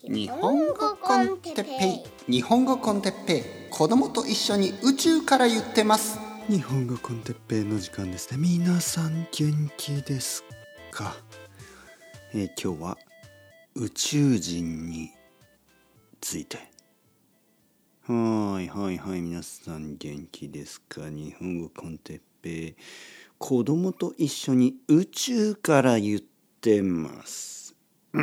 日本語コンテッペイ、日本語コンテッペイ、子供と一緒に宇宙から言ってます。 日本語コンテッペイの時間ですね。皆さん元気ですか？今日は宇宙人について。はい皆さん元気ですか？日本語コンテッペイ、子供と一緒に宇宙から言ってます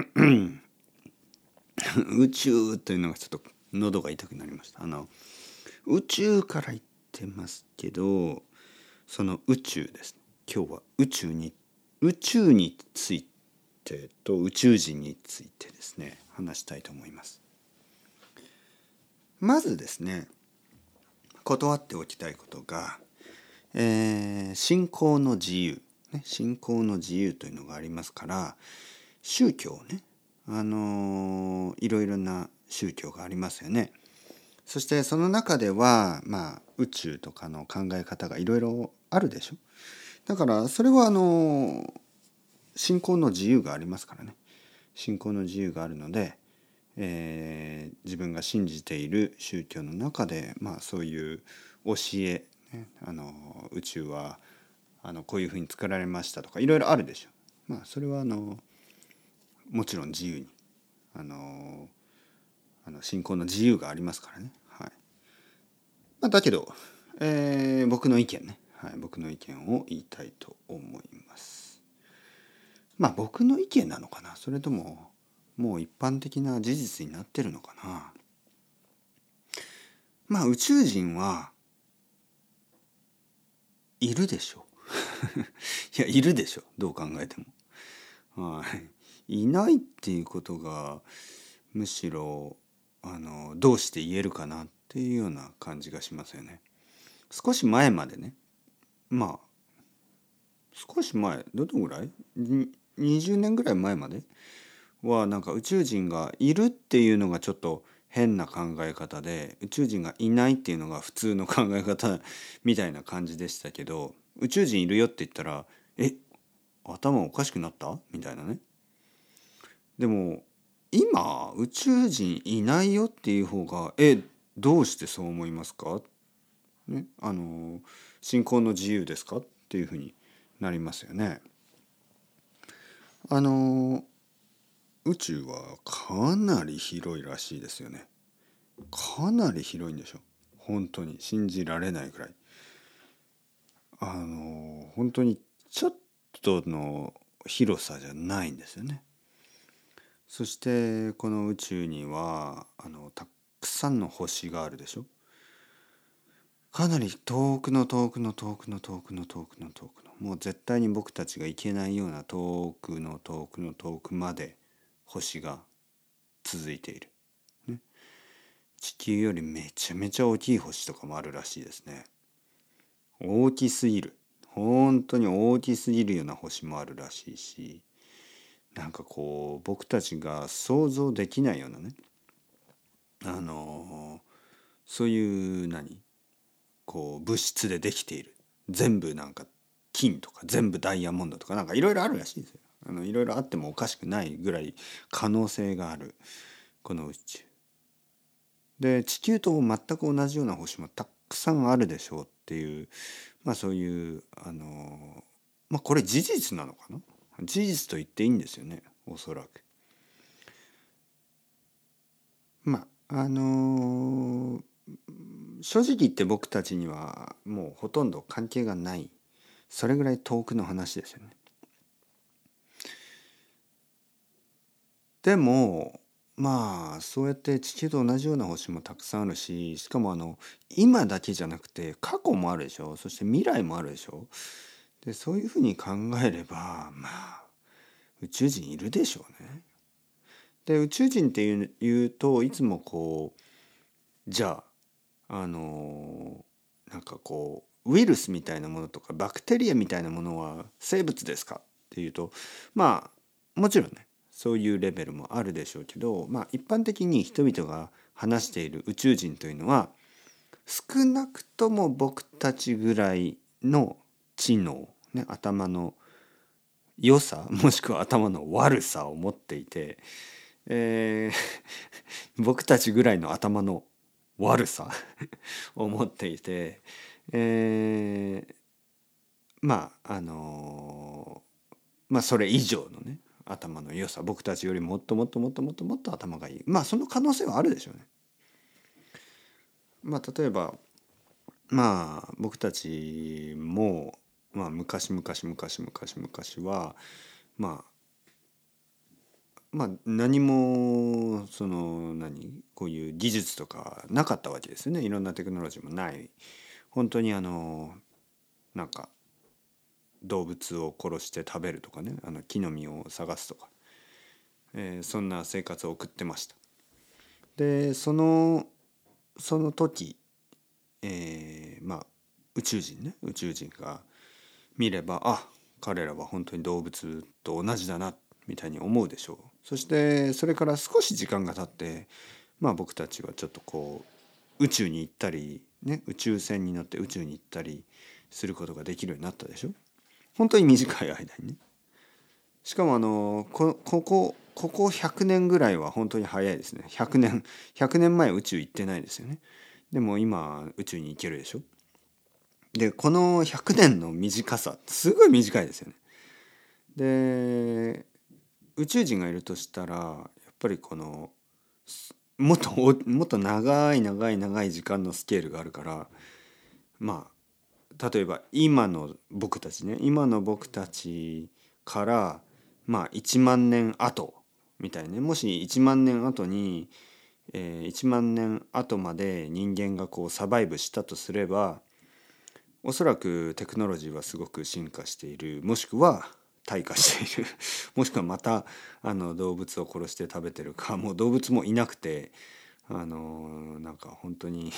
宇宙というのがちょっと喉が痛くなりました。宇宙から言ってますけど、その宇宙ですね。今日は宇宙についてと宇宙人についてですね、話したいと思います。まずですね、断っておきたいことが、信仰の自由、ね、信仰の自由というのがありますから、宗教ね、いろいろな宗教がありますよね。そしてその中では、宇宙とかの考え方がいろいろあるでしょ。だからそれは信仰の自由がありますからね。信仰の自由があるので、自分が信じている宗教の中で、そういう教え、ね、宇宙はこういうふうに作られましたとかいろいろあるでしょ。それはもちろん自由に信仰の自由がありますからね。はい。だけど、僕の意見ね、僕の意見を言いたいと思います。僕の意見なのかな、それとももう一般的な事実になってるのかな。宇宙人はいるでしょいや、いるでしょ、どう考えても。いないっていうことがむしろどうして言えるかなっていうような感じがしますよね。少し前までね、少し前、どのぐらい20年ぐらい前まではなんか宇宙人がいるっていうのがちょっと変な考え方で、宇宙人がいないっていうのが普通の考え方みたいな感じでしたけど、宇宙人いるよって言ったら頭おかしくなったみたいなね。でも今宇宙人いないよっていう方がどうしてそう思いますか、ね、信仰の自由ですかっていうふうになりますよね。宇宙はかなり広いらしいですよね。かなり広いんでしょ。本当に信じられないくらい。本当にちょっとの広さじゃないんですよね。そしてこの宇宙にはたくさんの星があるでしょ。かなり遠くのもう絶対に僕たちが行けないような遠くまで星が続いている、ね、地球よりめちゃめちゃ大きい星とかもあるらしいですね。大きすぎる、本当に大きすぎるような星もあるらしいし、なんかこう僕たちが想像できないようなね、そういうこう物質でできている、全部なんか金とか全部ダイヤモンドとかなんかいろいろあるらしいですよ。いろいろあってもおかしくないぐらい可能性があるこの宇宙で、地球と全く同じような星もたくさんあるでしょうっていう、そういうこれ事実なのかな、事実と言っていいんですよね、おそらく。正直言って僕たちにはもうほとんど関係がない、それぐらい遠くの話ですよね。でもそうやって地球と同じような星もたくさんあるし、しかも今だけじゃなくて過去もあるでしょ。そして未来もあるでしょ。でそういうふうに考えれば宇宙人いるでしょうね。で宇宙人っていうといつもこうじゃあなんかこうウイルスみたいなものとかバクテリアみたいなものは生物ですかっていうともちろんねそういうレベルもあるでしょうけど、一般的に人々が話している宇宙人というのは少なくとも僕たちぐらいの知能、ね、頭の良さもしくは頭の悪さを持っていて、 僕たちぐらいの頭の悪さを持っていて、まあまあそれ以上のね頭の良さ、僕たちよりもっともっともっともっともっと頭がいい、まあその可能性はあるでしょうね。まあ例えばまあ僕たちも、まあ、昔はまあ何もこういう技術とかなかったわけですよね。いろんなテクノロジーもない、本当になんか動物を殺して食べるとかね、木の実を探すとか、そんな生活を送ってました。でその時、まあ宇宙人が見れば、あ、彼らは本当に動物と同じだなみたいに思うでしょう。そしてそれから少し時間が経って、まあ僕たちはちょっとこう宇宙に行ったりね、宇宙船に乗って宇宙に行ったりすることができるようになったでしょ。本当に短い間にね。しかもここ100年ぐらいは本当に早いですね。100年前宇宙行ってないですよね。でも今宇宙に行けるでしょ。でこの100年の短さすごい短いですよね。で宇宙人がいるとしたらやっぱりこのもっと長い時間のスケールがあるから、まあ例えば今の僕たちからまあ1万年後みたいね、もし1万年後に、1万年後まで人間がこうサバイブしたとすれば、おそらくテクノロジーはすごく進化している、もしくは退化しているもしくはまた動物を殺して食べてるか、もう動物もいなくてなんか本当に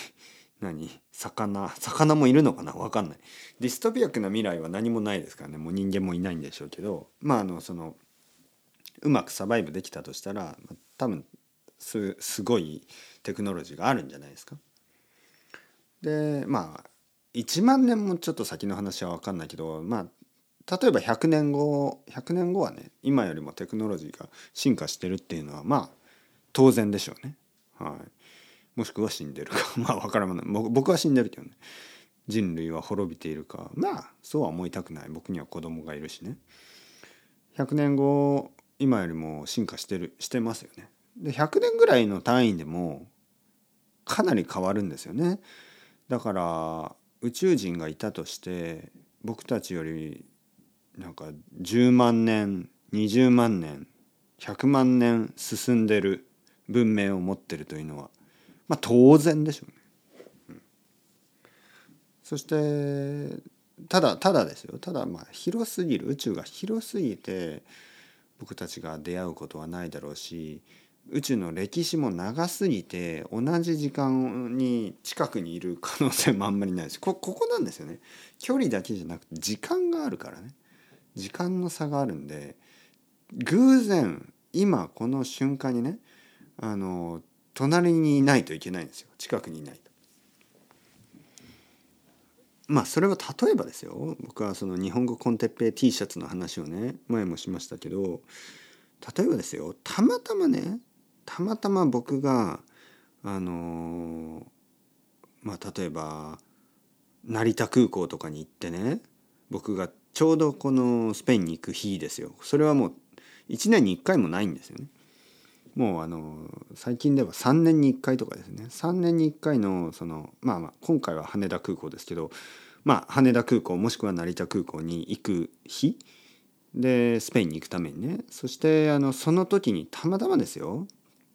魚もいるのかな、分かんない。ディストピアックな未来は何もないですからね。もう人間もいないんでしょうけど、まあうまくサバイブできたとしたら、多分すごいテクノロジーがあるんじゃないですか。でまあ1万年もちょっと先の話は分かんないけど、まあ例えば100年後はね、今よりもテクノロジーが進化してるっていうのはまあ当然でしょうね。はい。もしくは死んでるかまあ分からない。僕は死んでるけどね。人類は滅びているか、まあそうは思いたくない。僕には子供がいるしね。100年後今よりも進化してますよね。で100年ぐらいの単位でもかなり変わるんですよね。だから宇宙人がいたとして僕たちよりなんか10万年20万年100万年進んでる文明を持ってるというのはまあ当然でしょうね。そしてただですよ、ただまあ宇宙が広すぎて僕たちが出会うことはないだろうし、宇宙の歴史も長すぎて同じ時間に近くにいる可能性もあんまりないし、ここなんですよね。距離だけじゃなくて時間があるからね。時間の差があるんで、偶然今この瞬間にね隣にいないといけないんですよ。近くにいないと。まあそれは例えばですよ。僕はその日本語コンテッペイ T シャツの話をね前もしましたけど、例えばですよ、たまたま僕がまあ例えば成田空港とかに行ってね、僕がちょうどこのスペインに行く日ですよ。それはもう1年に1回もないんですよね。もう最近では3年に1回とかですね。3年に1回のまあ今回は羽田空港ですけど、まあ羽田空港もしくは成田空港に行く日でスペインに行くためにね。そしてその時にたまたまですよ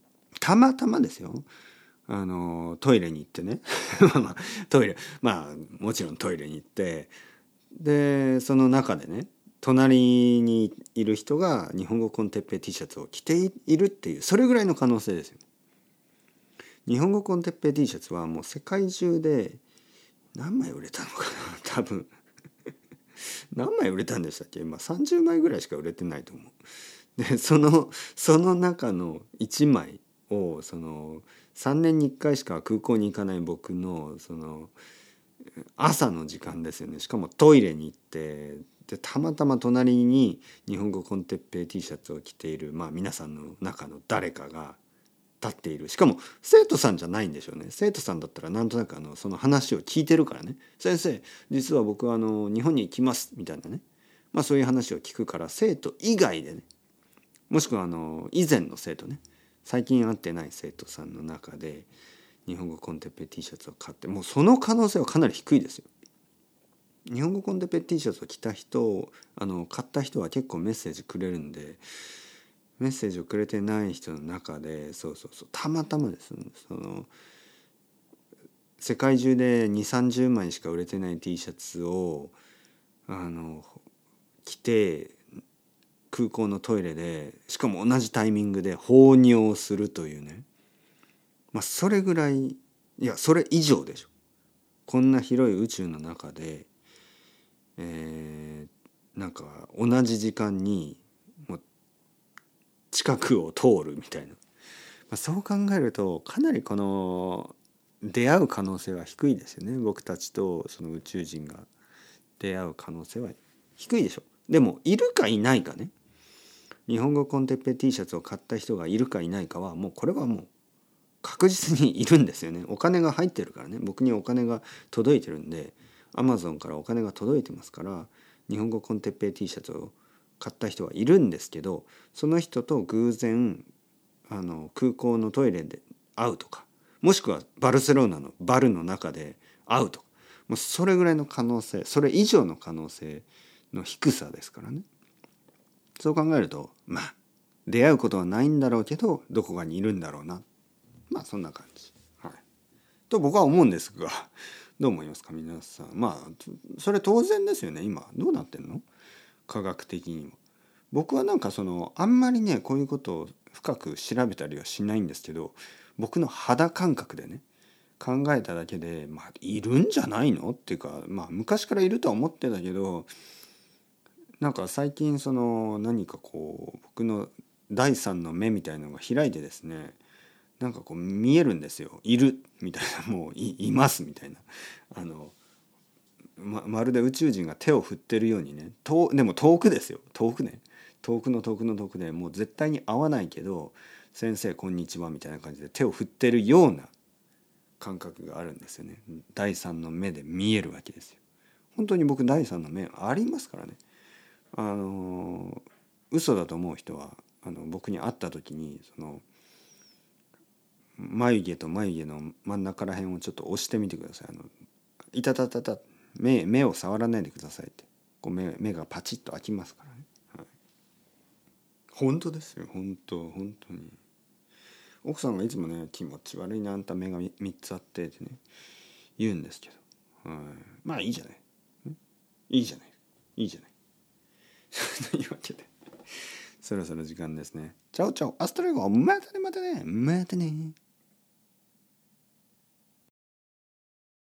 トイレに行ってねまあもちろんトイレに行って、でその中でね隣にいる人が日本語コンテッペイ T シャツを着ているっていう、それぐらいの可能性ですよ。日本語コンテッペイ T シャツはもう世界中で何枚売れたのかな多分何枚売れたんでしたっけ。まあ30枚ぐらいしか売れてないと思う。でその中の1枚を3年に1回しか空港に行かない僕の朝の時間ですよね。しかもトイレに行ってでたまたま隣に日本語コンテッペイ T シャツを着ている、皆さんの中の誰かが立っている。しかも生徒さんじゃないんでしょうね。生徒さんだったらなんとなくその話を聞いてるからね、先生実は僕は日本に行きますみたいなね、そういう話を聞くから、生徒以外でね、もしくは以前の生徒ね、最近会ってない生徒さんの中で日本語コンテッペイ T シャツを買って、もうその可能性はかなり低いですよ。日本語コンテッペイ T シャツを着た人、買った人は結構メッセージくれるんで、メッセージをくれてない人の中でたまたまですね、世界中で2、30枚しか売れてない T シャツを着て空港のトイレで、しかも同じタイミングで放尿するというね、それぐらい、いやそれ以上でしょ。こんな広い宇宙の中でなんか同じ時間にもう近くを通るみたいな、そう考えるとかなりこの出会う可能性は低いですよね。僕たちとその宇宙人が出会う可能性は低いでしょ。でもいるかいないかね、日本語コンテッペイ T シャツを買った人がいるかいないかはもうこれはもう確実にいるんですよね。お金が入ってるからね、僕にお金が届いてるんで、Amazon からお金が届いてますから、日本語コンテッペイ T シャツを買った人はいるんですけど、その人と偶然空港のトイレで会うとか、もしくはバルセロナのバルの中で会うとか、もうそれぐらいの可能性、それ以上の可能性の低さですからね。そう考えると出会うことはないんだろうけど、どこかにいるんだろうな、そんな感じ、と僕は思うんですが、どう思いますか皆さん。それ当然ですよね。今どうなってんの、科学的にも。僕はなんかあんまりねこういうことを深く調べたりはしないんですけど、僕の肌感覚でね考えただけで、いるんじゃないのっていうか、昔からいるとは思ってたけど、なんか最近何か僕の第三の目みたいなのが開いてですね、なんか見えるんですよ。いるみたいな、もう いますみたいな、まるで宇宙人が手を振ってるようにね、でも遠くですよ、遠くね、遠くの遠くの遠くで、もう絶対に会わないけど、先生こんにちはみたいな感じで手を振ってるような感覚があるんですよね。第三の目で見えるわけですよ。本当に僕第三の目ありますからね。嘘だと思う人は僕に会った時に眉毛と眉毛の真ん中ら辺をちょっと押してみてください。いたたたた、目を触らないでくださいって、目がパチッと開きますからね。本当ですよ、本当に。奥さんがいつもね、気持ち悪いなあんた目が3つあってってね言うんですけど、いいじゃない、いいじゃないというわけで、そろそろ時間ですね。チャオチャオ、アストレゴ、またね。